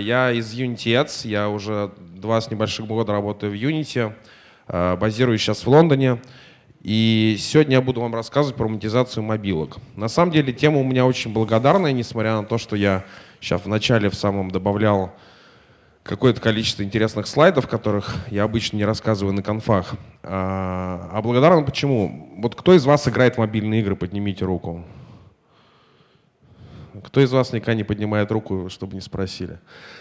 Я из Unity, я уже 2 с небольшим года работаю в Unity, базируюсь сейчас в Лондоне. И сегодня я буду вам рассказывать про монетизацию мобилок. На самом деле тема у меня очень благодарная, несмотря на то, что я сейчас в начале в самом добавлял какое-то количество интересных слайдов, которых я обычно не рассказываю на конфах. А благодарен почему? Вот кто из вас играет в мобильные игры? Поднимите руку. Кто из вас никогда не поднимает руку, чтобы не спросили?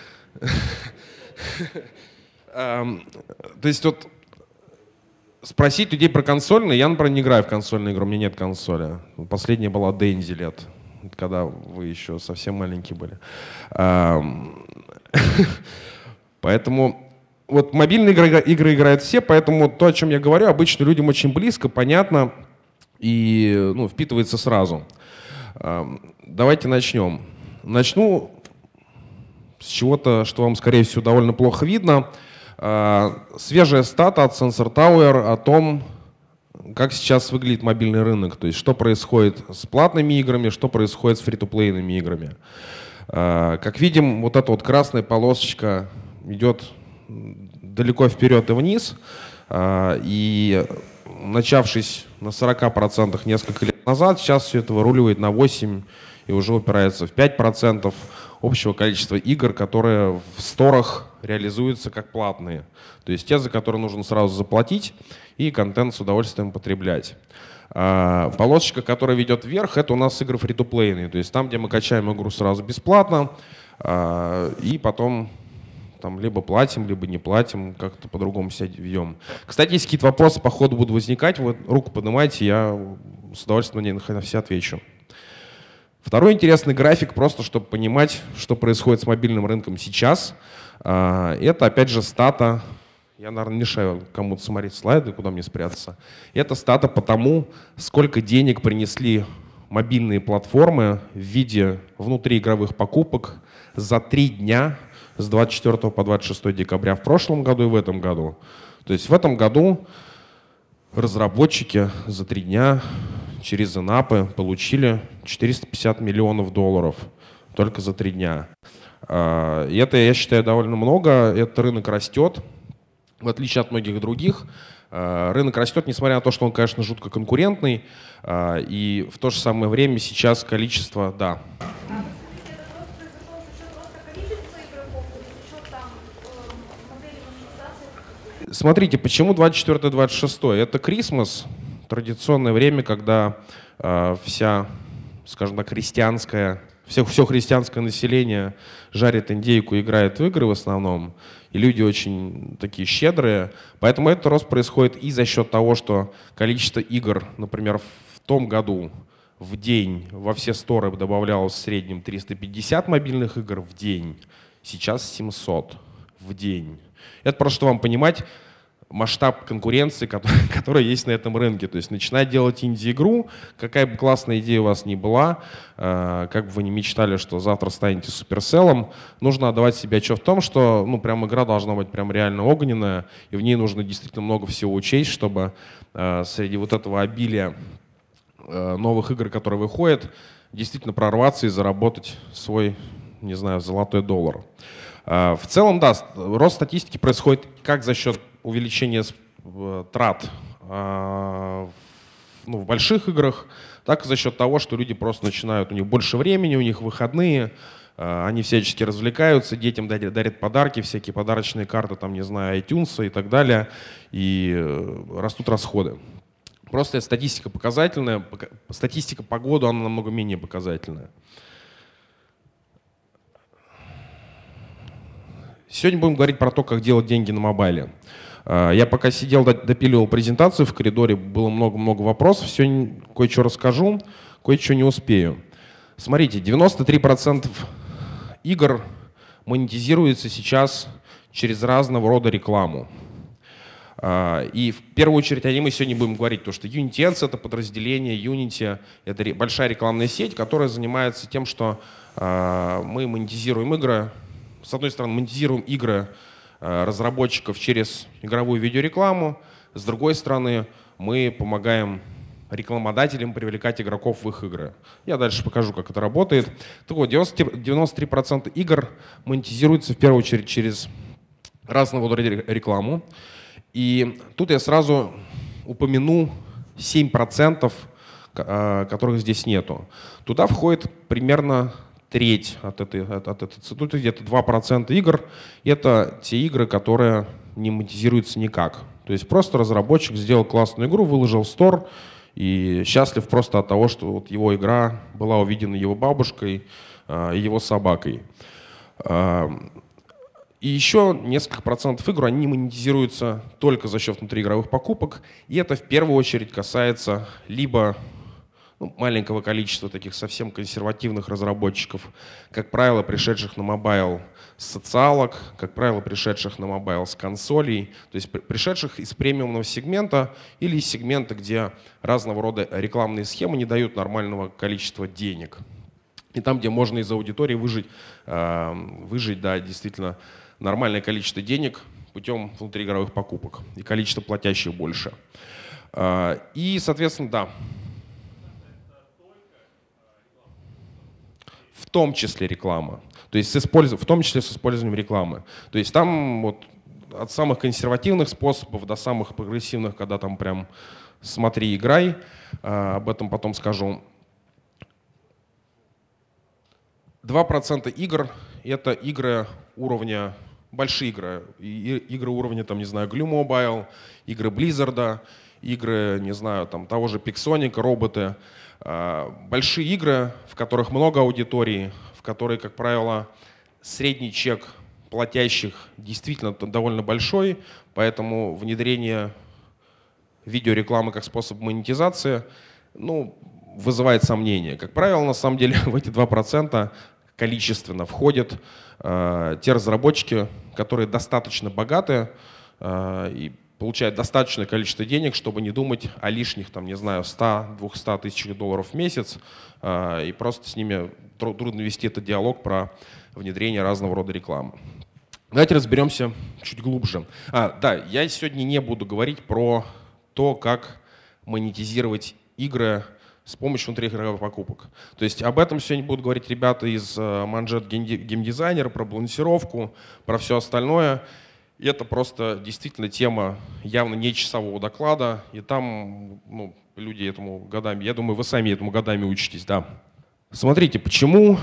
То есть вот спросить людей про консольные, я, например, не играю в консольные игры, у меня нет консоли. Последняя была Дензи лет, когда вы еще совсем маленькие были. Поэтому вот мобильные игры играют все, поэтому то, о чем я говорю, обычно людям очень близко, понятно и впитывается сразу. Давайте начнем. Начну с чего-то, что вам, скорее всего, довольно плохо видно. Свежая стата от Sensor Tower о том, как сейчас выглядит мобильный рынок, то есть что происходит с платными играми, что происходит с фри-то-плейными играми. Как видим, вот эта вот красная полосочка идет далеко вперед и вниз, и начавшись на 40% несколько лет назад, сейчас все это выруливает на 8% и уже упирается в 5% общего количества игр, которые в сторах реализуются как платные. То есть те, за которые нужно сразу заплатить и контент с удовольствием потреблять. Полосочка, которая ведет вверх, это у нас игры фри-то-плейные. То есть там, где мы качаем игру сразу бесплатно, и потом там либо платим, либо не платим, как-то по-другому себя ведем. Кстати, если какие-то вопросы по ходу будут возникать, вы руку поднимайте, я с удовольствием на все отвечу. Второй интересный график, просто чтобы понимать, что происходит с мобильным рынком сейчас. Это, опять же, стата. Я, наверное, мешаю кому-то смотреть слайды, куда мне спрятаться. Это стата по тому, сколько денег принесли мобильные платформы в виде внутриигровых покупок за 3 дня с 24 по 26 декабря в прошлом году и в этом году. То есть в этом году разработчики за 3 дня через инапы получили $450 миллионов только за 3 дня. И это, я считаю, довольно много. Этот рынок растет, в отличие от многих других. Рынок растет, несмотря на то, что он, конечно, жутко конкурентный. И в то же самое время сейчас количество, да. Смотрите, почему 24-26? Это Christmas, традиционное время, когда все христианское население жарит индейку и играет в игры в основном. И люди очень такие щедрые. Поэтому этот рост происходит и за счет того, что количество игр, например, в том году в день во все сторы добавлялось в среднем 350 мобильных игр в день, сейчас 700 в день. Это просто, чтобы вам понимать масштаб конкуренции, которая есть на этом рынке. То есть начинать делать инди-игру, какая бы классная идея у вас ни была, как бы вы ни мечтали, что завтра станете суперселлом, нужно отдавать себе отчет в том, что прям игра должна быть прям реально огненная, и в ней нужно действительно много всего учесть, чтобы среди вот этого обилия новых игр, которые выходят, действительно прорваться и заработать свой, не знаю, золотой $1. В целом, да, рост статистики происходит как за счет увеличения трат в больших играх, так и за счет того, что люди просто начинают, у них больше времени, у них выходные, они всячески развлекаются, детям дарят подарки, всякие подарочные карты, там, не знаю, iTunes и так далее, и растут расходы. Просто это статистика показательная, статистика по году, она намного менее показательная. Сегодня будем говорить про то, как делать деньги на мобайле. Я пока сидел, допиливал презентацию в коридоре, было много-много вопросов. Сегодня кое-что расскажу, кое-что не успею. Смотрите, 93% игр монетизируется сейчас через разного рода рекламу. И в первую очередь о ней мы сегодня будем говорить, потому что Unity Ads — это подразделение Unity, это большая рекламная сеть, которая занимается тем, что мы монетизируем игры. С одной стороны, монетизируем игры разработчиков через игровую видеорекламу, с другой стороны, мы помогаем рекламодателям привлекать игроков в их игры. Я дальше покажу, как это работает. Так вот, 93% игр монетизируются в первую очередь через разного рода рекламу. И тут я сразу упомяну 7%, которых здесь нету. Туда входит примерно треть от этой тут где-то 2% игр. Это те игры, которые не монетизируются никак. То есть просто разработчик сделал классную игру, выложил в стор и счастлив просто от того, что вот его игра была увидена его бабушкой и его собакой. И еще несколько процентов игр, они монетизируются только за счет внутриигровых покупок. И это в первую очередь касается либо маленького количества таких совсем консервативных разработчиков, как правило, пришедших на мобайл с социалок, как правило, пришедших на мобайл с консолей, то есть пришедших из премиумного сегмента или из сегмента, где разного рода рекламные схемы не дают нормального количества денег. И там, где можно из аудитории выжить, да, действительно нормальное количество денег путем внутриигровых покупок, и количество платящих больше. И, соответственно, да. В том числе реклама. То есть в том числе с использованием рекламы. То есть там вот от самых консервативных способов до самых прогрессивных, когда там прям смотри, играй, об этом потом скажу. 2% игр — это игры уровня, большие игры. Игры уровня, там, не знаю, Glu Mobile, игры Blizzard, игры, не знаю, там, того же Pixonic, роботы. Большие игры, в которых много аудитории, в которые, как правило, средний чек платящих действительно довольно большой, поэтому внедрение видеорекламы как способ монетизации, вызывает сомнения. Как правило, на самом деле в эти 2% количественно входят те разработчики, которые достаточно богаты и получают достаточное количество денег, чтобы не думать о лишних, там, не знаю, 100-200 тысячах долларов в месяц, и просто с ними трудно вести этот диалог про внедрение разного рода рекламы. Давайте разберемся чуть глубже. Да, я сегодня не буду говорить про то, как монетизировать игры с помощью внутриигровых покупок. То есть об этом сегодня будут говорить ребята из Manjet геймдизайнер, про балансировку, про все остальное. И это просто действительно тема явно не часового доклада, и там люди этому годами, я думаю, вы сами этому годами учитесь, да. Смотрите, почему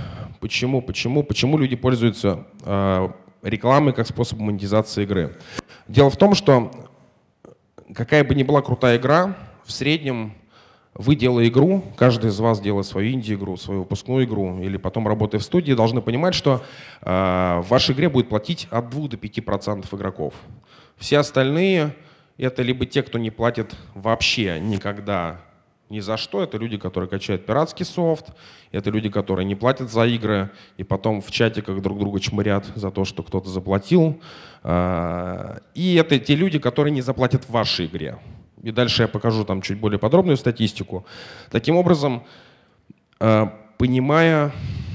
люди пользуются рекламой как способом монетизации игры. Дело в том, что какая бы ни была крутая игра, в среднем вы, делая игру, каждый из вас, делая свою инди-игру, свою выпускную игру или потом работая в студии, должны понимать, что в вашей игре будет платить от 2 до 5% игроков. Все остальные — это либо те, кто не платит вообще никогда ни за что, это люди, которые качают пиратский софт, это люди, которые не платят за игры и потом в чатиках друг друга чмырят за то, что кто-то заплатил. И это те люди, которые не заплатят в вашей игре. И дальше я покажу там чуть более подробную статистику. Таким образом, понимая,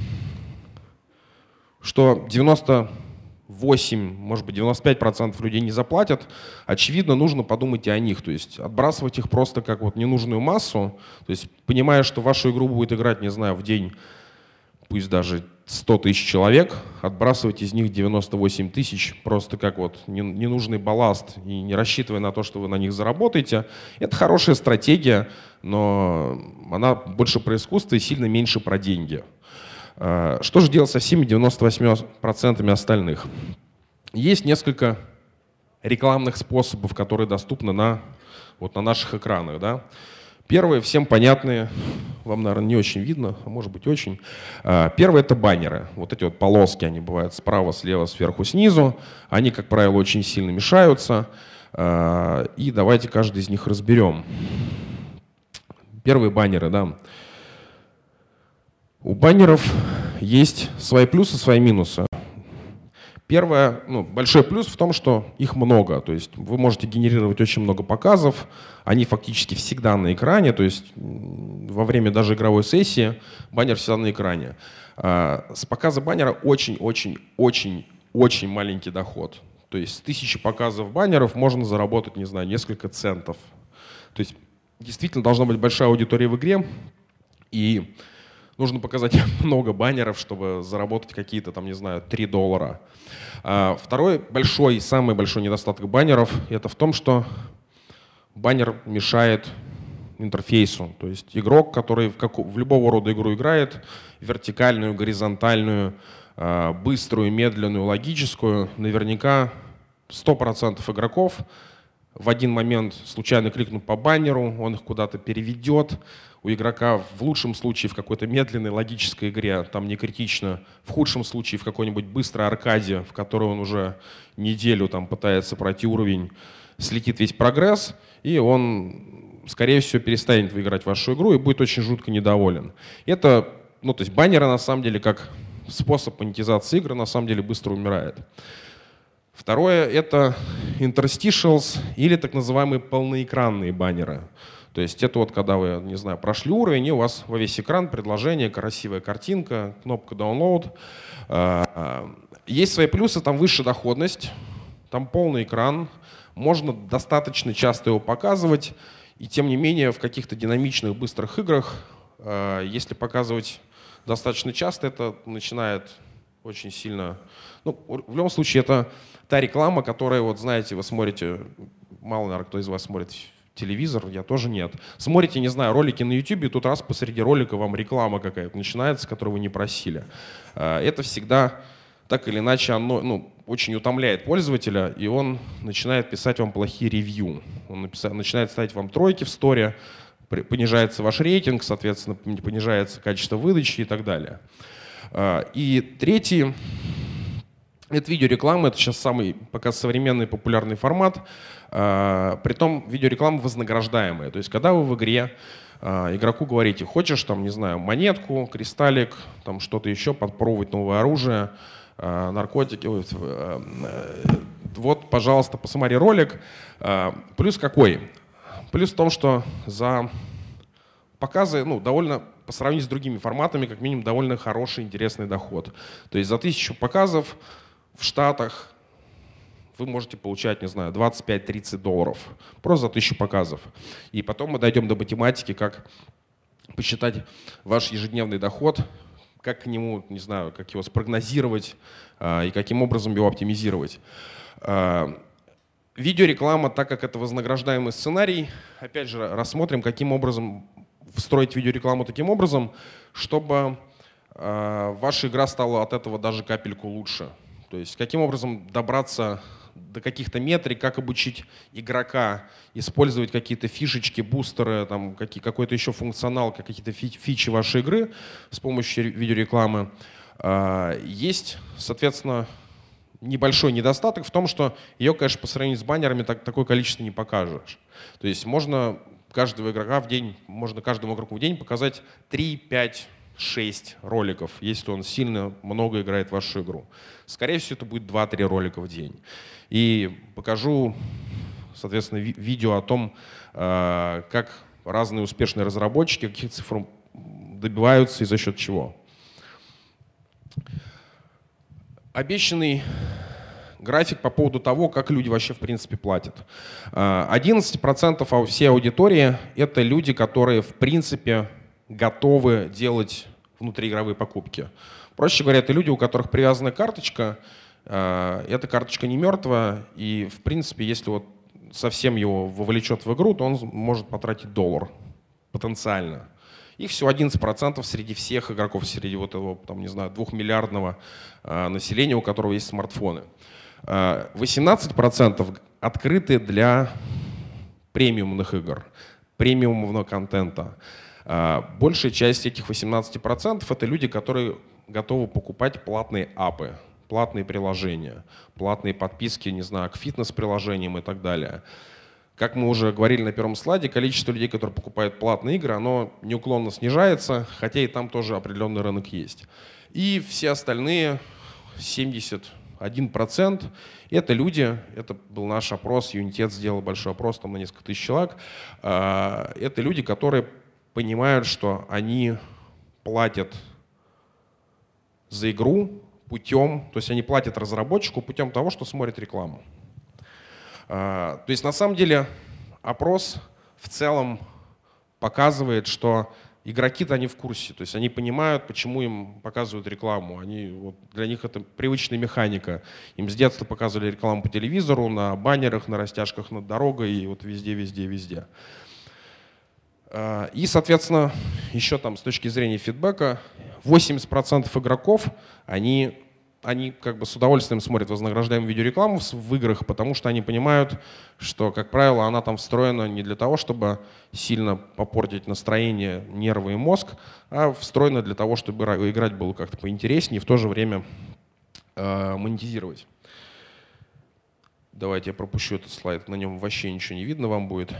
что 98, может быть, 95% людей не заплатят, очевидно, нужно подумать и о них. То есть отбрасывать их просто как вот ненужную массу. То есть понимая, что вашу игру будет играть, не знаю, в день, пусть даже 100 тысяч человек, отбрасывать из них 98 тысяч просто как вот ненужный балласт и не рассчитывая на то, что вы на них заработаете. Это хорошая стратегия, но она больше про искусство и сильно меньше про деньги. Что же делать со всеми 98% остальных? Есть несколько рекламных способов, которые доступны на наших экранах. Да? Первые, всем понятные, вам, наверное, не очень видно, а может быть очень. Первое — это баннеры. Вот эти вот полоски, они бывают справа, слева, сверху, снизу. Они, как правило, очень сильно мешаются. И давайте каждый из них разберем. Первые баннеры, да. У баннеров есть свои плюсы, свои минусы. Первое, большой плюс в том, что их много. То есть вы можете генерировать очень много показов, они фактически всегда на экране, то есть во время даже игровой сессии баннер всегда на экране. С показа баннера очень-очень-очень маленький доход. То есть с 1000 показов баннеров можно заработать, не знаю, несколько центов. То есть действительно должна быть большая аудитория в игре, и нужно показать много баннеров, чтобы заработать какие-то там, не знаю, $3. Второй большой, самый большой недостаток баннеров — это в том, что баннер мешает интерфейсу. То есть игрок, который в любого рода игру играет, вертикальную, горизонтальную, быструю, медленную, логическую, наверняка 100% игроков в один момент случайно кликнут по баннеру, он их куда-то переведет. У игрока в лучшем случае в какой-то медленной логической игре, там не критично, в худшем случае в какой-нибудь быстрой аркаде, в которой он уже неделю там пытается пройти уровень, слетит весь прогресс, и он, скорее всего, перестанет играть в вашу игру и будет очень жутко недоволен. Это, ну, то есть баннеры на самом деле как способ монетизации игр на самом деле быстро умирает. Второе — это interstitials или так называемые полноэкранные баннеры. То есть это вот когда вы, не знаю, прошли уровень, и у вас во весь экран предложение, красивая картинка, кнопка download. Есть свои плюсы, там выше доходность, там полный экран, можно достаточно часто его показывать, и тем не менее в каких-то динамичных быстрых играх, если показывать достаточно часто, это начинает очень сильно... Ну, в любом случае, это та реклама, которая, вот знаете, вы смотрите, мало, наверное, кто из вас смотрит телевизор, я тоже нет. Смотрите, не знаю, ролики на YouTube, и тут раз посреди ролика вам реклама какая-то начинается, которую вы не просили. Это всегда так или иначе оно, очень утомляет пользователя, и он начинает писать вам плохие ревью. Он начинает ставить вам тройки в сторе, понижается ваш рейтинг, соответственно, понижается качество выдачи и так далее. И третий — это видеореклама. Это сейчас самый пока современный популярный формат. Притом видеореклама вознаграждаемая. То есть когда вы в игре игроку говорите: хочешь, там, не знаю, монетку, кристаллик, там что-то еще, попробовать новое оружие, наркотики, вот, пожалуйста, посмотри ролик. Плюс какой? Плюс в том, что за показы, довольно, по сравнению с другими форматами, как минимум, довольно хороший, интересный доход. То есть за 1000 показов в Штатах вы можете получать, не знаю, $25-30. Просто за 1000 показов. И потом мы дойдем до математики, как посчитать ваш ежедневный доход, как к нему, не знаю, как его спрогнозировать и каким образом его оптимизировать. Видеореклама, так как это вознаграждаемый сценарий, опять же, рассмотрим, каким образом встроить видеорекламу таким образом, чтобы ваша игра стала от этого даже капельку лучше. То есть каким образом добраться до каких-то метрик, как обучить игрока использовать какие-то фишечки, бустеры, там, какой-то еще функционал, какие-то фичи вашей игры с помощью видеорекламы. Есть, соответственно, небольшой недостаток в том, что ее, конечно, по сравнению с баннерами такое количество не покажешь. То есть можно каждого игрока в день, можно каждому игроку в день показать 3, 5, 6 роликов, если он сильно много играет в вашу игру. Скорее всего, это будет 2-3 ролика в день. И покажу, соответственно, видео о том, как разные успешные разработчики, каких цифр добиваются и за счет чего. Обещанный график по поводу того, как люди вообще в принципе платят. 11% всей аудитории — это люди, которые в принципе готовы делать внутриигровые покупки. Проще говоря, это люди, у которых привязана карточка, эта карточка не мертвая, и в принципе, если вот совсем его вовлечет в игру, то он может потратить $1 потенциально. Их всего 11% среди всех игроков, среди вот этого, там, не знаю, 2-миллиардного населения, у которого есть смартфоны. 18% открыты для премиумных игр, премиумного контента. Большая часть этих 18% это люди, которые готовы покупать платные апы, платные приложения, платные подписки, не знаю, к фитнес-приложениям и так далее. Как мы уже говорили на первом слайде, количество людей, которые покупают платные игры, оно неуклонно снижается, хотя и там тоже определенный рынок есть. И все остальные 71% это люди, это был наш опрос, Unity сделал большой опрос там на несколько тысяч человек, это люди, которые понимают, что они платят за игру путем, то есть они платят разработчику путем того, что смотрят рекламу. То есть на самом деле опрос в целом показывает, что игроки-то они в курсе, то есть они понимают, почему им показывают рекламу. Вот, для них это привычная механика. Им с детства показывали рекламу по телевизору, на баннерах, на растяжках над дорогой и вот везде, везде, везде. И, соответственно, еще там с точки зрения фидбэка, 80% игроков, они как бы с удовольствием смотрят вознаграждаемую видеорекламу в играх, потому что они понимают, что, как правило, она там встроена не для того, чтобы сильно попортить настроение, нервы и мозг, а встроена для того, чтобы играть было как-то поинтереснее и в то же время монетизировать. Давайте я пропущу этот слайд, на нем вообще ничего не видно вам будет.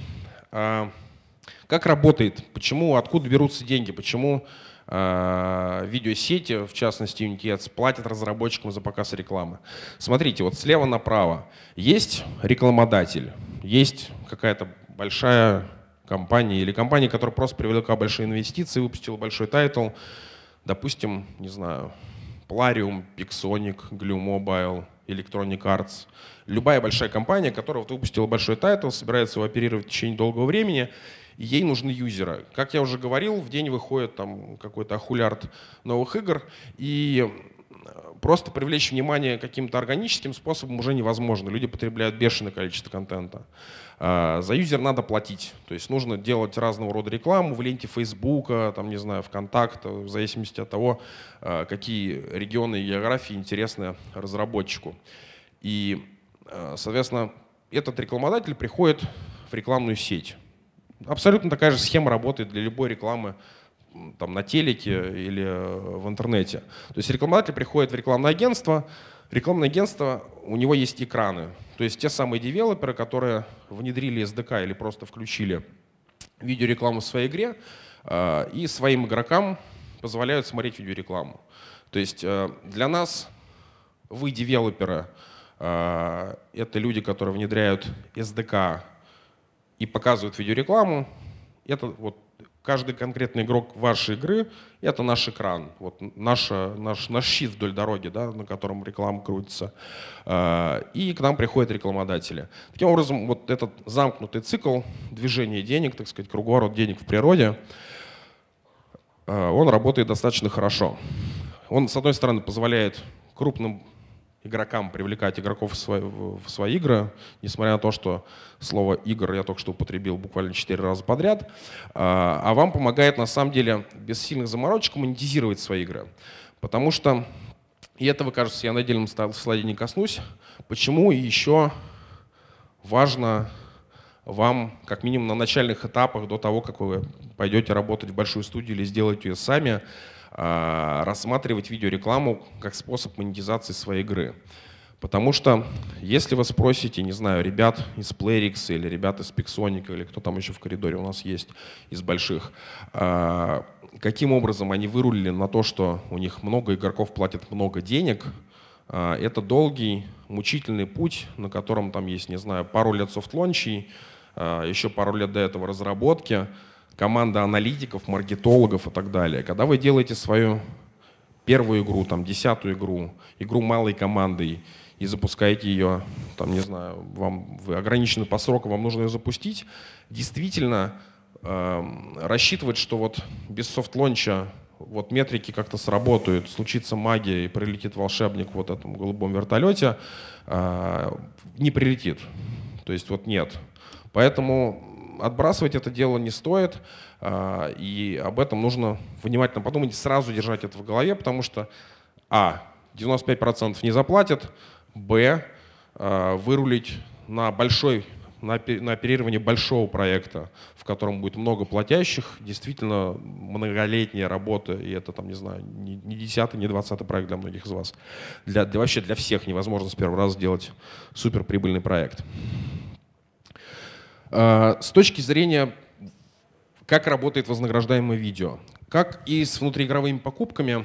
Как работает? Почему, откуда берутся деньги? Почему видеосети, в частности Unity Ads, платят разработчикам за показ рекламы? Смотрите, вот слева направо есть рекламодатель, есть какая-то большая компания или компания, которая просто привлекла большие инвестиции, выпустила большой тайтл, допустим, не знаю, Plarium, Pixonic, Glue Mobile, Electronic Arts. Любая большая компания, которая вот выпустила большой тайтл, собирается его оперировать в течение долгого времени, и ей нужны юзеры. Как я уже говорил, в день выходит там какой-то ахулярд новых игр, и просто привлечь внимание каким-то органическим способом уже невозможно. Люди потребляют бешеное количество контента. За юзер надо платить. То есть нужно делать разного рода рекламу в ленте Фейсбука, там, не знаю, ВКонтакте, в зависимости от того, какие регионы и географии интересны разработчику. И, соответственно, этот рекламодатель приходит в рекламную сеть. Абсолютно такая же схема работает для любой рекламы там, на телеке или в интернете. То есть рекламодатель приходит в рекламное агентство, у него есть экраны. То есть те самые девелоперы, которые внедрили SDK или просто включили видеорекламу в своей игре и своим игрокам позволяют смотреть видеорекламу. То есть для нас вы, девелоперы, это люди, которые внедряют SDK и показывают видеорекламу. Это вот каждый конкретный игрок вашей игры — это наш экран, вот наш щит вдоль дороги, да, на котором реклама крутится. И к нам приходят рекламодатели. Таким образом, вот этот замкнутый цикл движения денег, так сказать, круговорот денег в природе, он работает достаточно хорошо. Он, с одной стороны, позволяет крупным игрокам привлекать игроков в свои игры, несмотря на то, что слово «игр» я только что употребил буквально 4 раза подряд, а вам помогает на самом деле без сильных заморочек монетизировать свои игры. Потому что, и этого, кажется, я на отдельном слайде не коснусь, почему еще важно вам, как минимум на начальных этапах, до того, как вы пойдете работать в большую студию или сделаете ее сами, рассматривать видеорекламу как способ монетизации своей игры. Потому что если вы спросите, не знаю, ребят из Playrix или ребят из Pixonic, или кто там еще в коридоре у нас есть из больших, каким образом они вырулили на то, что у них много игроков платят много денег, это долгий, мучительный путь, на котором там есть, не знаю, пару лет софт-лончей, еще пару лет до этого разработки, команда аналитиков, маркетологов и так далее. Когда вы делаете свою первую игру, там, 10-ю игру малой командой, и запускаете ее, там, не знаю, вы ограничены по сроку, вам нужно ее запустить, действительно рассчитывать, что вот без софт-лонча вот метрики как-то сработают, случится магия и прилетит волшебник в вот этом голубом вертолете, не прилетит. То есть вот нет. Поэтому отбрасывать это дело не стоит, и об этом нужно внимательно подумать, сразу держать это в голове, потому что 95% не заплатят, вырулить на оперирование большого проекта, в котором будет много платящих, действительно многолетняя работа, и это там, не знаю, не 10-й, не 20-й проект для многих из вас. Вообще для всех невозможно с первого раза сделать суперприбыльный проект. С точки зрения, как работает вознаграждаемое видео. Как и с внутриигровыми покупками,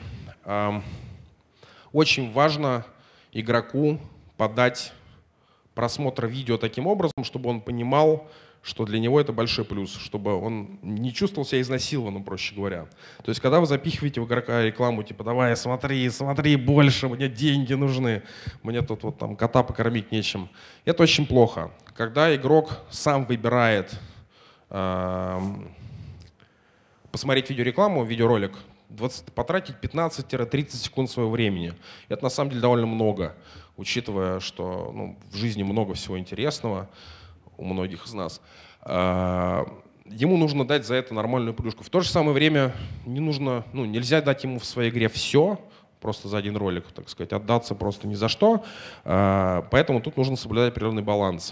очень важно игроку подать просмотр видео таким образом, чтобы он понимал, что для него это большой плюс, чтобы он не чувствовал себя изнасилованным, проще говоря. То есть, когда вы запихиваете в игрока рекламу, типа, давай, смотри, смотри больше, мне деньги нужны, мне тут вот там кота покормить нечем, это очень плохо. Когда игрок сам выбирает посмотреть видеорекламу, видеоролик, потратить 15-30 секунд своего времени. Это на самом деле довольно много, учитывая, что в жизни много всего интересного у многих из нас. Ему нужно дать за это нормальную плюшку. В то же самое время нельзя дать ему в своей игре все, просто за один ролик, так сказать, отдаться просто ни за что. Поэтому тут нужно соблюдать определенный баланс.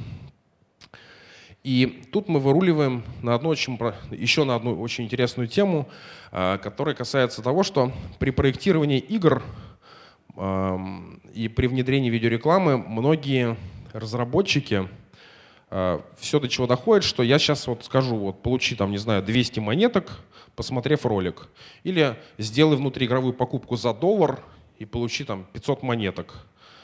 И тут мы выруливаем еще на одну очень интересную тему, которая касается того, что при проектировании игр и при внедрении видеорекламы многие разработчики все до чего доходит, что я сейчас скажу, получи там, не знаю, 200 монеток, посмотрев ролик. Или сделай внутриигровую покупку за $1 и получи там 500 монеток.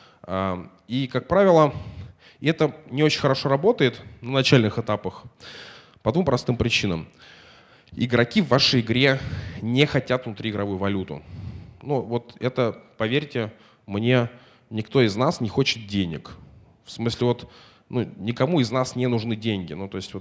И, как правило, это не очень хорошо работает на начальных этапах по двум простым причинам. Игроки в вашей игре не хотят внутриигровую валюту. Это, поверьте мне, никто из нас не хочет денег. В смысле, никому из нас не нужны деньги.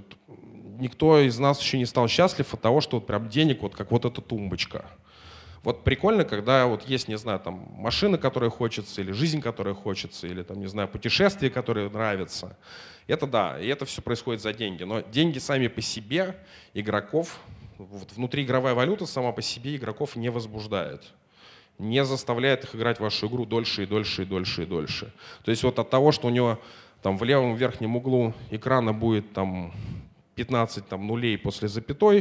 Никто из нас еще не стал счастлив от того, что прям денег, как эта тумбочка. Прикольно, когда есть, не знаю, там машина, которая хочется, или жизнь, которая хочется, или там, не знаю, путешествие, которое нравится. Это да, и это все происходит за деньги. Но деньги сами по себе игроков, внутриигровая валюта сама по себе игроков не возбуждает. Не заставляет их играть в вашу игру дольше и дольше и дольше и дольше. То есть от того, что у него там в левом верхнем углу экрана будет там 15 нулей после запятой,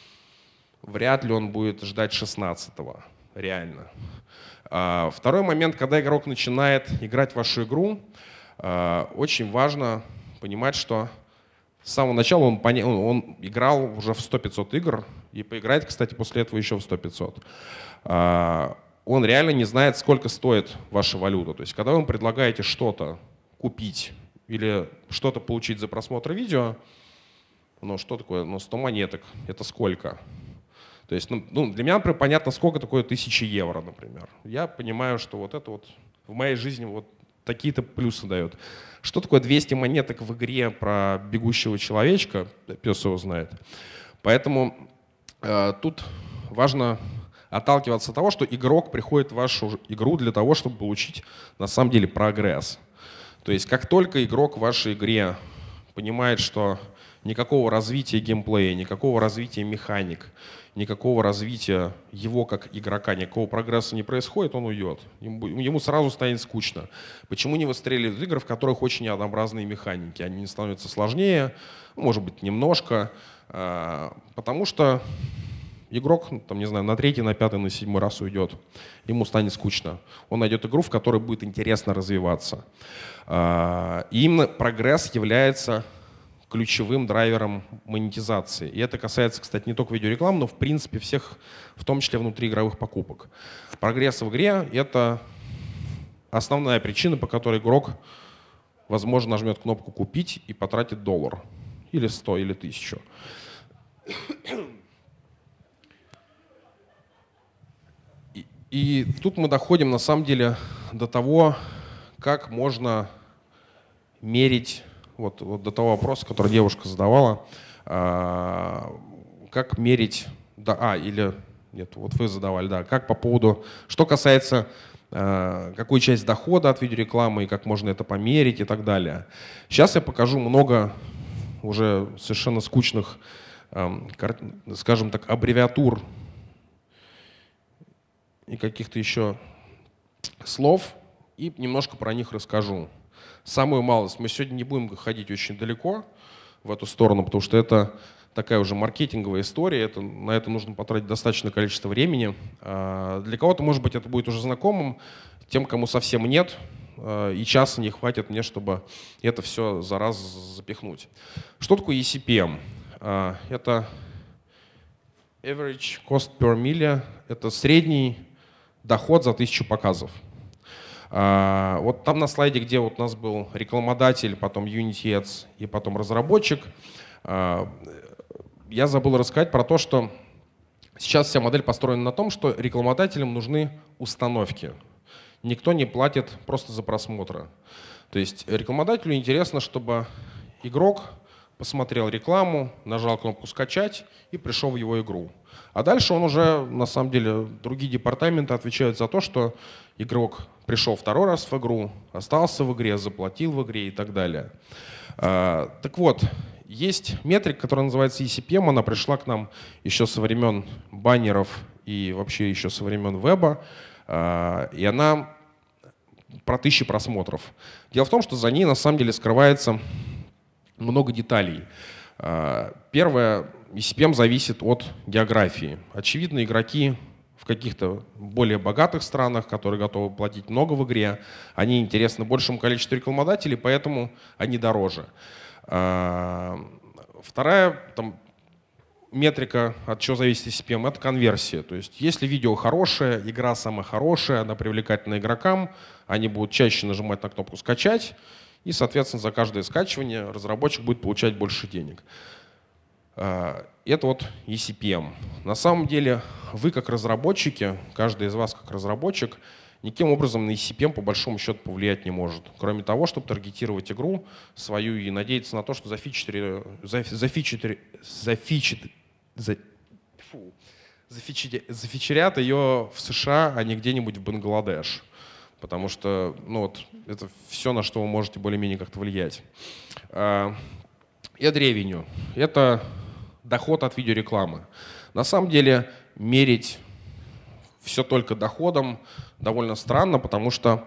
вряд ли он будет ждать 16-го, реально. Второй момент, когда игрок начинает играть в вашу игру, очень важно понимать, что с самого начала он играл уже в 100-500 игр и поиграет, кстати, после этого еще в 100-500. Он реально не знает, сколько стоит ваша валюта. То есть, когда вы ему предлагаете что-то купить или что-то получить за просмотр видео, что такое? 100 монеток. Это сколько? То есть, для меня, например, понятно, сколько такое 1000 евро, например. Я понимаю, что это в моей жизни такие-то плюсы дает. Что такое 200 монеток в игре про бегущего человечка? Пес его знает. Поэтому тут важно отталкиваться от того, что игрок приходит в вашу игру для того, чтобы получить на самом деле прогресс. То есть как только игрок в вашей игре понимает, что никакого развития геймплея, никакого развития механик, никакого развития его как игрока, никакого прогресса не происходит, он уйдет. Ему сразу станет скучно. Почему не выстреливают игры, в которых очень однообразные механики? Они становятся сложнее, может быть, немножко, потому что игрок, не знаю, на 3-й, на 5-й, на 7-й раз уйдет. Ему станет скучно. Он найдет игру, в которой будет интересно развиваться. И именно прогресс является ключевым драйвером монетизации. И это касается, кстати, не только видеорекламы, но в принципе всех, в том числе внутриигровых покупок. Прогресс в игре — это основная причина, по которой игрок, возможно, нажмет кнопку «Купить» и потратит $1, или 100, или 1000. И тут мы доходим, на самом деле, до того, как можно мерить, до того вопроса, который девушка задавала, как мерить, нет, вы задавали, да, как по поводу, что касается, какую часть дохода от видеорекламы и как можно это померить и так далее. Сейчас я покажу много уже совершенно скучных, скажем так, аббревиатур и каких-то еще слов, и немножко про них расскажу. Самую малость. Мы сегодня не будем ходить очень далеко в эту сторону, потому что это такая уже маркетинговая история, на это нужно потратить достаточное количество времени. Для кого-то, может быть, это будет уже знакомым, тем, кому совсем нет, и часа не хватит мне, чтобы это все за раз запихнуть. Что такое ECPM? Это Average Cost Per Million, это средний доход за 1000 показов. Там на слайде, где у нас был рекламодатель, потом Unity Ads и потом разработчик, я забыл рассказать про то, что сейчас вся модель построена на том, что рекламодателям нужны установки. Никто не платит просто за просмотры. То есть рекламодателю интересно, чтобы игрок посмотрел рекламу, нажал кнопку «Скачать» и пришел в его игру. А дальше он уже, на самом деле, другие департаменты отвечают за то, что игрок пришел второй раз в игру, остался в игре, заплатил в игре и так далее. Так вот, есть метрика, которая называется eCPM, она пришла к нам еще со времен баннеров и вообще еще со времен веба, и она про 1000 просмотров. Дело в том, что за ней на самом деле скрывается много деталей. Первое, eCPM зависит от географии. Очевидно, игроки в каких-то более богатых странах, которые готовы платить много в игре, они интересны большему количеству рекламодателей, поэтому они дороже. Вторая метрика, от чего зависит eCPM, это конверсия. То есть если видео хорошее, игра самая хорошая, она привлекательна игрокам, они будут чаще нажимать на кнопку «Скачать», и, соответственно, за каждое скачивание разработчик будет получать больше денег. Это вот eCPM. На самом деле вы как разработчики, каждый из вас как разработчик, никаким образом на eCPM по большому счету повлиять не может. Кроме того, чтобы таргетировать игру свою и надеяться на то, что зафичерят ее в США, а не где-нибудь в Бангладеш. Потому что это все, на что вы можете более-менее как-то влиять. Ad revenue — это доход от видеорекламы. На самом деле мерить все только доходом довольно странно, потому что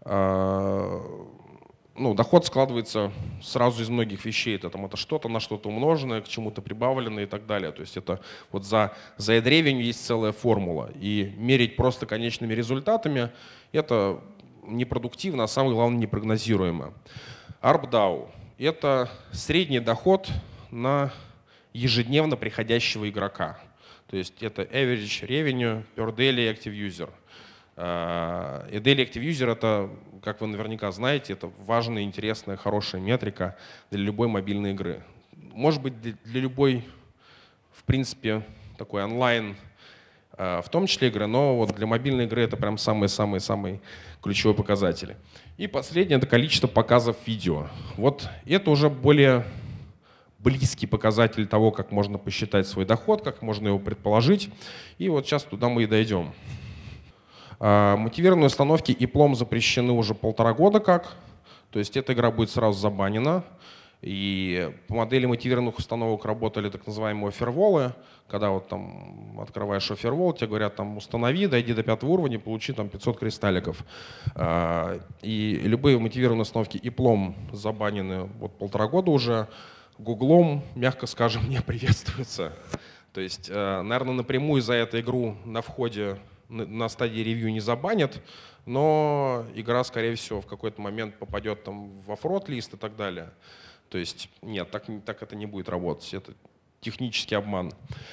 доход складывается сразу из многих вещей. Это что-то на что-то умноженное, к чему-то прибавленное и так далее. То есть это вот за ad revenue есть целая формула. И мерить просто конечными результатами — это непродуктивно, а самое главное непрогнозируемо. ARPDAU — это средний доход на ежедневно приходящего игрока. То есть это average revenue per daily active user. И daily active user — это, как вы наверняка знаете, это важная, интересная, хорошая метрика для любой мобильной игры. Может быть, для любой, в принципе, такой онлайн, в том числе игры, но вот для мобильной игры это прям самые-самые-самые ключевые показатели. И последнее — это количество показов видео. Вот это уже более близкий показатель того, как можно посчитать свой доход, как можно его предположить. И вот сейчас туда мы и дойдем. Мотивированные установки и плом запрещены уже 1,5 года как. То есть эта игра будет сразу забанена. И по модели мотивированных установок работали так называемые оферволы, когда вот там открываешь офервол, тебе говорят, там установи, дойди до 5 уровня, получи там 500 кристалликов. И любые мотивированные установки и плом забанены вот 1,5 года уже. Гуглом, мягко скажем, не приветствуется. То есть, наверное, напрямую за эту игру на входе, на стадии ревью не забанят, но игра, скорее всего, в какой-то момент попадет там в оффроад-лист и так далее. То есть нет, так это не будет работать. Это технический обман.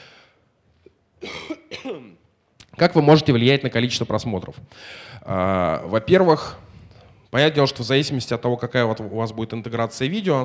Как вы можете влиять на количество просмотров? Во-первых, понятное дело, что в зависимости от того, какая вот у вас будет интеграция видео,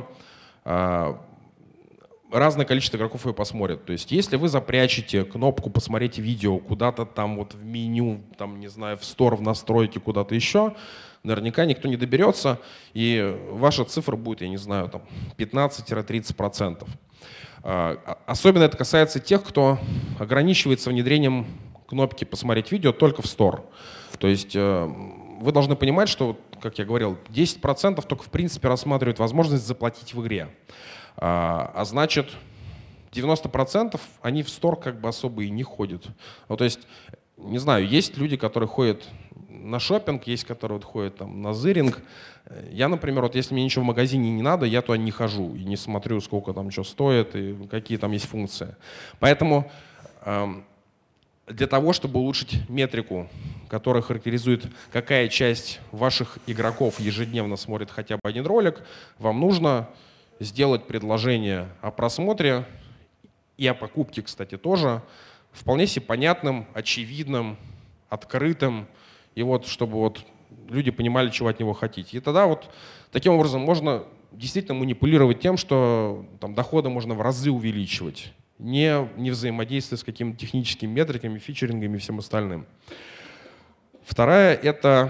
разное количество игроков ее посмотрят. То есть если вы запрячете кнопку «Посмотреть видео» куда-то там вот в меню, там, не знаю, в стор, в настройки, куда-то еще, наверняка никто не доберется, и ваша цифра будет, я не знаю, там 15-30%. Особенно это касается тех, кто ограничивается внедрением кнопки «Посмотреть видео» только в стор. То есть вы должны понимать, что, как я говорил, 10% только в принципе рассматривают возможность заплатить в игре. А значит, 90% они в стор как бы особо и не ходят. Ну, то есть, не знаю, есть люди, которые ходят на шопинг, есть, которые вот ходят там, на зыринг. Я, например, вот если мне ничего в магазине не надо, я туда не хожу и не смотрю, сколько там что стоит и какие там есть функции. Поэтому для того, чтобы улучшить метрику, которая характеризует, какая часть ваших игроков ежедневно смотрит хотя бы один ролик, вам нужно сделать предложение о просмотре и о покупке, кстати, тоже, вполне себе понятным, очевидным, открытым, и вот чтобы вот люди понимали, чего от него хотите. И тогда вот таким образом можно действительно манипулировать тем, что там доходы можно в разы увеличивать, не взаимодействуя с какими-то техническими метриками, фичерингами и всем остальным. Вторая — это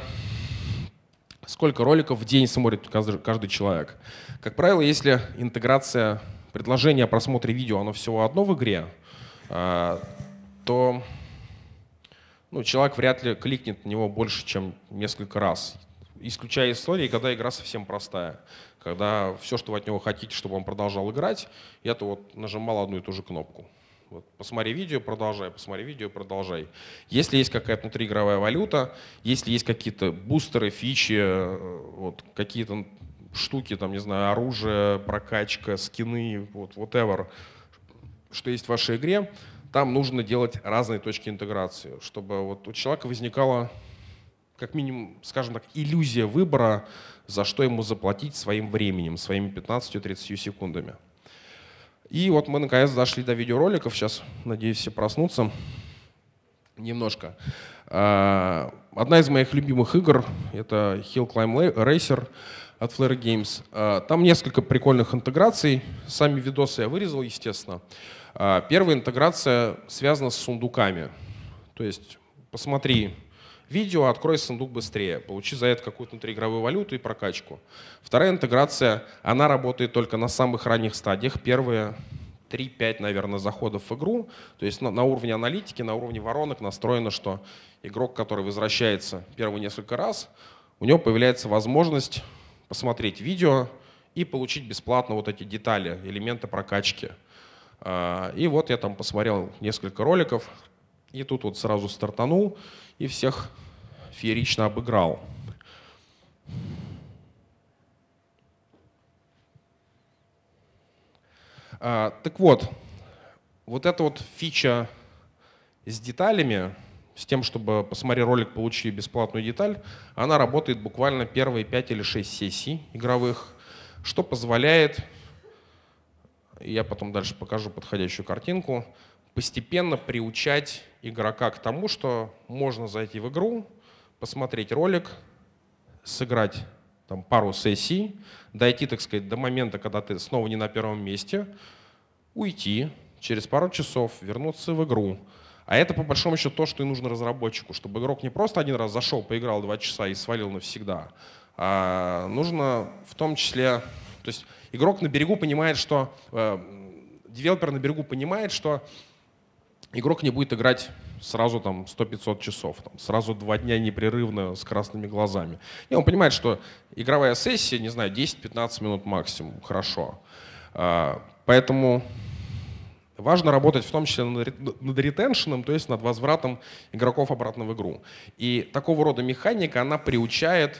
сколько роликов в день смотрит каждый человек. Как правило, если интеграция предложение о просмотре видео, оно всего одно в игре, то человек вряд ли кликнет на него больше, чем несколько раз. Исключая истории, когда игра совсем простая. Когда все, что вы от него хотите, чтобы он продолжал играть, это вот нажимал одну и ту же кнопку. Вот, посмотри видео, продолжай, посмотри видео, продолжай. Если есть какая-то внутриигровая валюта, если есть какие-то бустеры, фичи, вот, какие-то штуки, там, не знаю, оружие, прокачка, скины, вот, whatever, что есть в вашей игре, там нужно делать разные точки интеграции, чтобы вот у человека возникала, как минимум, скажем так, иллюзия выбора, за что ему заплатить своим временем, своими 15-30 секундами. И вот мы наконец дошли до видеороликов. Сейчас, надеюсь, все проснутся немножко. Одна из моих любимых игр — это Hill Climb Racer от Flare Games. Там несколько прикольных интеграций. Сами видосы я вырезал, естественно. Первая интеграция связана с сундуками. То есть посмотри видео, открой сундук быстрее, получи за это какую-то внутриигровую валюту и прокачку. Вторая интеграция, она работает только на самых ранних стадиях. Первые 3-5, наверное, заходов в игру. То есть на уровне аналитики, на уровне воронок настроено, что игрок, который возвращается первые несколько раз, у него появляется возможность посмотреть видео и получить бесплатно вот эти детали, элементы прокачки. И вот я там посмотрел несколько роликов, и тут вот сразу стартанул и всех феерично обыграл. Так вот эта вот фича с деталями, с тем, чтобы, посмотри ролик, получи бесплатную деталь, она работает буквально первые 5 или 6 сессий игровых, что позволяет, я потом дальше покажу подходящую картинку, постепенно приучать игрока к тому, что можно зайти в игру, посмотреть ролик, сыграть там пару сессий, дойти, так сказать, до момента, когда ты снова не на первом месте, уйти, через пару часов вернуться в игру. А это, по большому счету, то, что и нужно разработчику, чтобы игрок не просто один раз зашел, поиграл 2 часа и свалил навсегда, а нужно в том числе... То есть игрок на берегу понимает, что... девелопер на берегу понимает, что игрок не будет играть сразу там 100-500 часов, там, сразу 2 дня непрерывно с красными глазами. И он понимает, что игровая сессия, не знаю, 10-15 минут максимум, хорошо. Поэтому важно работать в том числе над ретеншеном, то есть над возвратом игроков обратно в игру. И такого рода механика, она приучает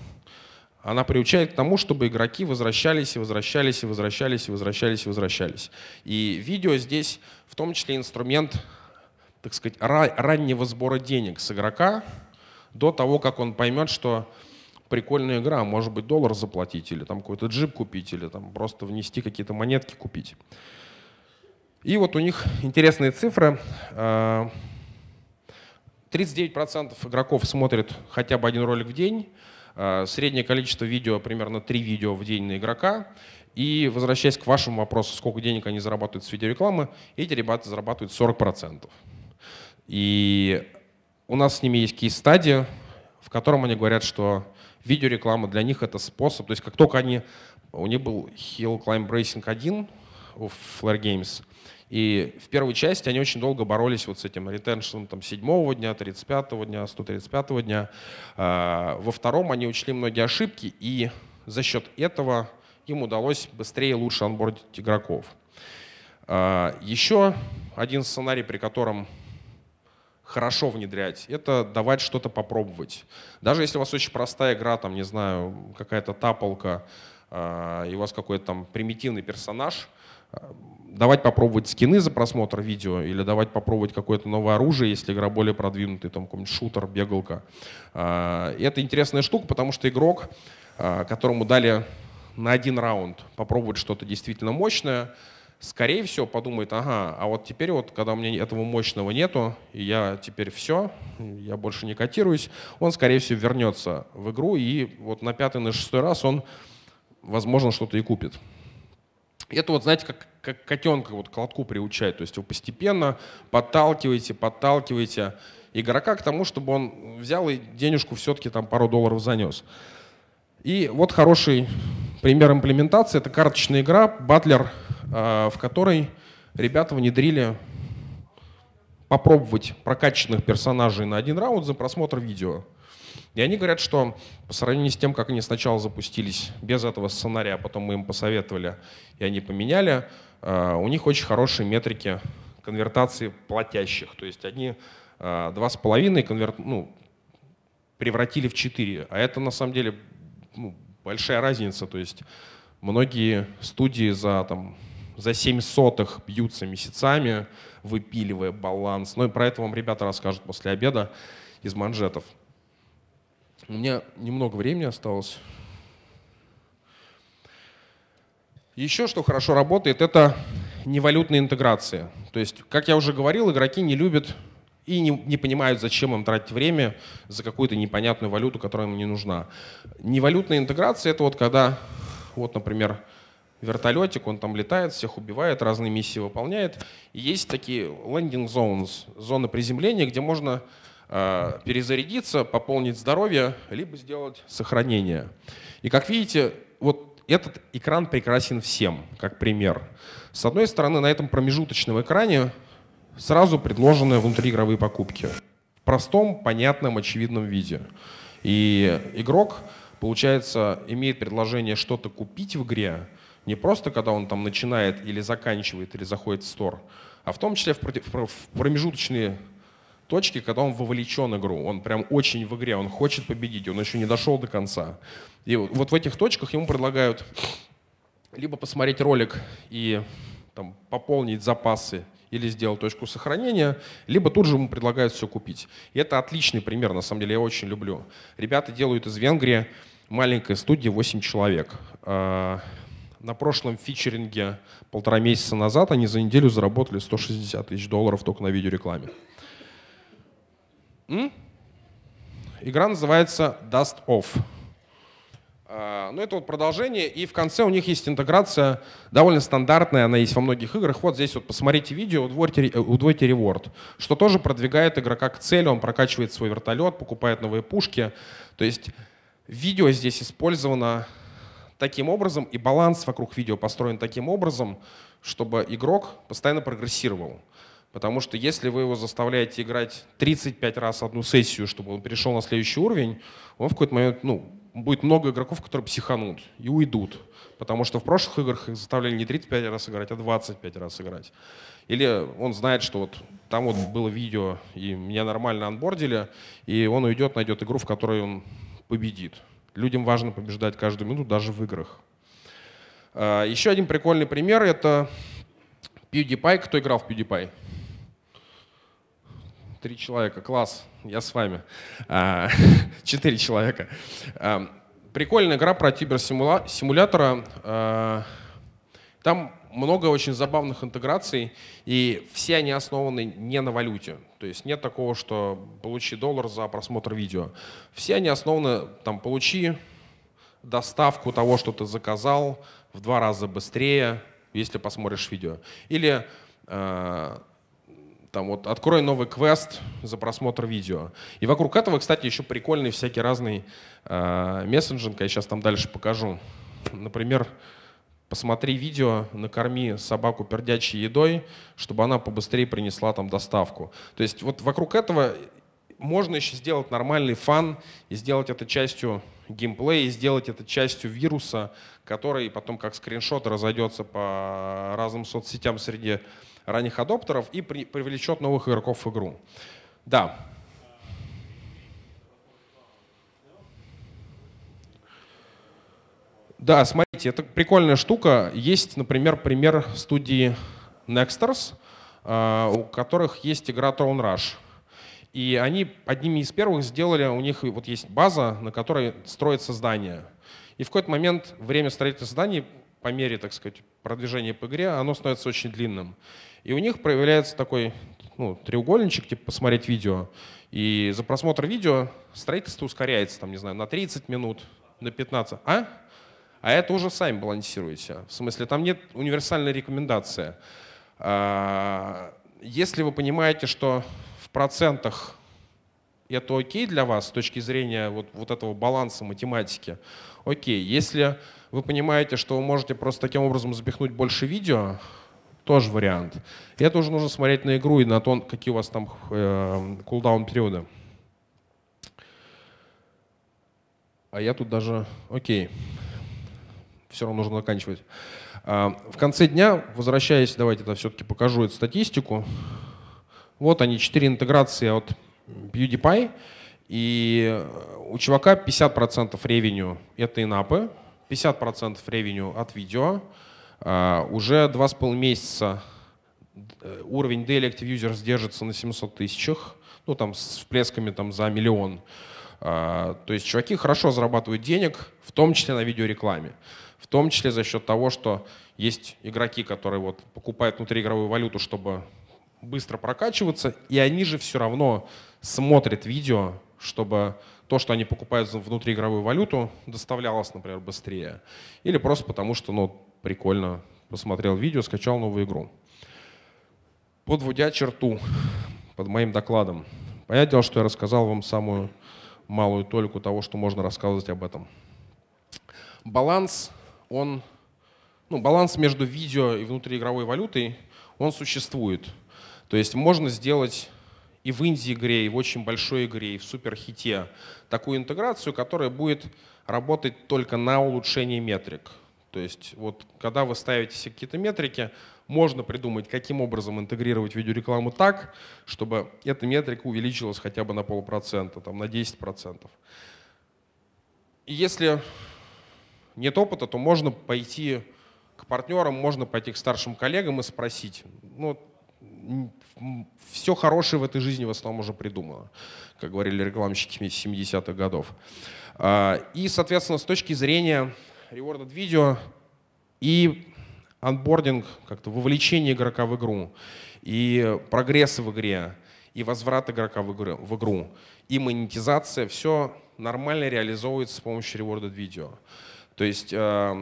к тому, чтобы игроки возвращались и возвращались и возвращались и возвращались и возвращались. И видео здесь в том числе инструмент, так сказать, раннего сбора денег с игрока до того, как он поймет, что прикольная игра, может быть, $1 заплатить, или там какой-то джип купить, или там просто внести какие-то монетки купить. И вот у них интересные цифры. 39% игроков смотрят хотя бы 1 ролик в день. Среднее количество видео, примерно 3 видео в день на игрока. И возвращаясь к вашему вопросу, сколько денег они зарабатывают с видеорекламы, эти ребята зарабатывают 40%. И у нас с ними есть кейс-стадия, в котором они говорят, что видеореклама для них это способ. То есть как только у них был Hill Climb Racing 1 у Flare Games, и в первой части они очень долго боролись вот с этим ретеншеном 7-го дня, 35-го дня, 135-го дня. Во втором они учли многие ошибки, и за счет этого им удалось быстрее и лучше онбордить игроков. Еще один сценарий, при котором хорошо внедрять, это давать что-то попробовать. Даже если у вас очень простая игра, там, не знаю, какая-то тапалка, и у вас какой-то там примитивный персонаж, давать попробовать скины за просмотр видео или давать попробовать какое-то новое оружие, если игра более продвинутая, там какой-нибудь шутер, бегалка. Это интересная штука, потому что игрок, которому дали на 1 раунд попробовать что-то действительно мощное, скорее всего подумает, ага, а вот теперь вот, когда у меня этого мощного нету, и я теперь все, я больше не котируюсь, он, скорее всего, вернется в игру, и вот на 5-й, на 6-й раз он, возможно, что-то и купит. Это вот, знаете, как котенка вот к лотку приучать. То есть вы постепенно подталкиваете игрока к тому, чтобы он взял и денежку все-таки там пару $, занес. И вот хороший пример имплементации. Это карточная игра Butler в которой ребята внедрили попробовать прокачанных персонажей на один раунд за просмотр видео. И они говорят, что по сравнению с тем, как они сначала запустились без этого сценария, а потом мы им посоветовали, и они поменяли, у них очень хорошие метрики конвертации платящих. То есть они 2,5 превратили в 4. А это на самом деле большая разница. То есть многие студии за 7 сотых бьются месяцами, выпиливая баланс. Ну и про это вам ребята расскажут после обеда из манжетов. У меня немного времени осталось. Еще что хорошо работает, это невалютные интеграции. То есть, как я уже говорил, игроки не любят и не понимают, зачем им тратить время за какую-то непонятную валюту, которая им не нужна. Невалютные интеграции — это вот когда, вот, например, вертолетик, он там летает, всех убивает, разные миссии выполняет. И есть такие landing zones, зоны приземления, где можно перезарядиться, пополнить здоровье, либо сделать сохранение. И как видите, вот этот экран прекрасен всем, как пример. С одной стороны, на этом промежуточном экране сразу предложены внутриигровые покупки. В простом, понятном, очевидном виде. И игрок, получается, имеет предложение что-то купить в игре, не просто когда он там начинает или заканчивает, или заходит в стор, а в том числе в промежуточные точки, когда он вовлечен в игру. Он прям очень в игре, он хочет победить, он еще не дошел до конца. И вот в этих точках ему предлагают либо посмотреть ролик и там пополнить запасы или сделать точку сохранения, либо тут же ему предлагают все купить. И это отличный пример, на самом деле, я очень люблю. Ребята делают из Венгрии маленькая студия, 8 человек. На прошлом фичеринге 1,5 месяца назад они за неделю заработали $160 тысяч только на видеорекламе. Игра называется Dust Off. Ну, это вот продолжение, и в конце у них есть интеграция довольно стандартная, она есть во многих играх. Вот здесь вот посмотрите видео, удвойте реворд, что тоже продвигает игрока к цели, он прокачивает свой вертолет, покупает новые пушки. То есть видео здесь использовано таким образом, и баланс вокруг видео построен таким образом, чтобы игрок постоянно прогрессировал. Потому что если вы его заставляете играть 35 раз одну сессию, чтобы он перешел на следующий уровень, он в какой-то момент, будет много игроков, которые психанут и уйдут. Потому что в прошлых играх их заставляли не 35 раз играть, а 25 раз играть. Или он знает, что вот там вот было видео, и меня нормально анбордили, и он уйдет, найдет игру, в которой он победит. Людям важно побеждать каждую минуту, даже в играх. Еще один прикольный пример — это PewDiePie. Кто играл в PewDiePie? 3 человека, класс, я с вами. 4 человека. Прикольная игра про киберсимулятора. Там много очень забавных интеграций, и все они основаны не на валюте. То есть нет такого, что получи $1 за просмотр видео. Все они основаны, там, получи доставку того, что ты заказал, в 2 раза быстрее, если посмотришь видео. Или там вот открой новый квест за просмотр видео. И вокруг этого, кстати, еще прикольный всякий разный мессенджинг. Я сейчас там дальше покажу. Например, посмотри видео, накорми собаку пердячей едой, чтобы она побыстрее принесла там доставку. То есть вот вокруг этого можно еще сделать нормальный фан и сделать это частью геймплея, и сделать это частью вируса, который потом как скриншот разойдется по разным соцсетям среди ранних адоптеров и привлечет новых игроков в игру. Да. Да, смотрите, это прикольная штука. Есть, например, пример студии Nexters, у которых есть игра Throne Rush. И они одними из первых сделали, у них вот есть база, на которой строится здание. И в какой-то момент время строительства зданий, по мере, так сказать, продвижения по игре, оно становится очень длинным. И у них проявляется такой треугольничек, типа посмотреть видео. И за просмотр видео строительство ускоряется, там, не знаю, на 30 минут, на 15. А это уже сами балансируете. В смысле, там нет универсальной рекомендации. Если вы понимаете, что в процентах это окей для вас с точки зрения вот этого баланса математики, окей. Если вы понимаете, что вы можете просто таким образом запихнуть больше видео, тоже вариант. И это уже нужно смотреть на игру и на то, какие у вас там кулдаун-периоды. А я тут даже... Окей. Все равно нужно заканчивать. В конце дня, возвращаясь, давайте я все-таки покажу эту статистику. Вот они, 4 интеграции от PewDiePie. И у чувака 50% ревеню — это инапы, 50% ревеню от видео. Уже 2,5 месяца уровень Daily Active Users держится на 700 тысячах, ну там с всплесками там, за миллион. То есть чуваки хорошо зарабатывают денег, в том числе на видеорекламе. В том числе за счет того, что есть игроки, которые вот покупают внутриигровую валюту, чтобы быстро прокачиваться, и они же все равно смотрят видео, чтобы то, что они покупают за внутриигровую валюту, доставлялось, например, быстрее. Или просто потому, что ну, прикольно посмотрел видео, скачал новую игру. Подводя черту под моим докладом. Понятное дело, что я рассказал вам самую малую толику того, что можно рассказывать об этом. Баланс, баланс между видео и внутриигровой валютой, он существует. То есть можно сделать и в инди-игре, и в очень большой игре, и в суперхите такую интеграцию, которая будет работать только на улучшение метрик. То есть вот когда вы ставите себе какие-то метрики, можно придумать, каким образом интегрировать видеорекламу так, чтобы эта метрика увеличилась хотя бы на 0,5%, там, на 10%. И если нет опыта, то можно пойти к партнерам, можно пойти к старшим коллегам и спросить. Ну, все хорошее в этой жизни в основном уже придумано, как говорили рекламщики 70-х годов. И, соответственно, с точки зрения rewarded видео и онбординг, как-то вовлечение игрока в игру, и прогресс в игре, и возврат игрока в игру, и монетизация, все нормально реализовывается с помощью rewarded видео. То есть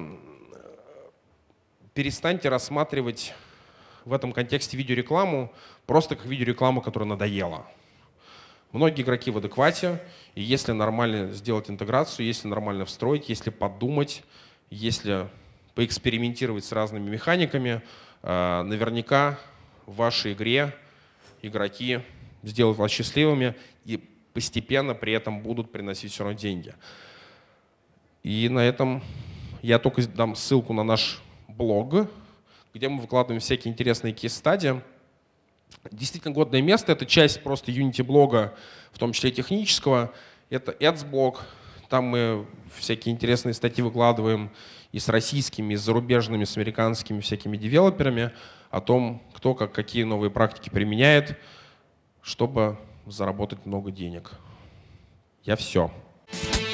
перестаньте рассматривать в этом контексте видеорекламу просто как видеорекламу, которая надоела. Многие игроки в адеквате, и если нормально сделать интеграцию, если нормально встроить, если подумать, если поэкспериментировать с разными механиками, наверняка в вашей игре игроки сделают вас счастливыми и постепенно при этом будут приносить все равно деньги. И на этом я только дам ссылку на наш блог, где мы выкладываем всякие интересные кейс-стадии. Действительно годное место — это часть просто Unity-блога, в том числе технического. Это Ads-блог, там мы всякие интересные статьи выкладываем и с российскими, и с зарубежными, с американскими всякими девелоперами о том, кто какие новые практики применяет, чтобы заработать много денег. Я все.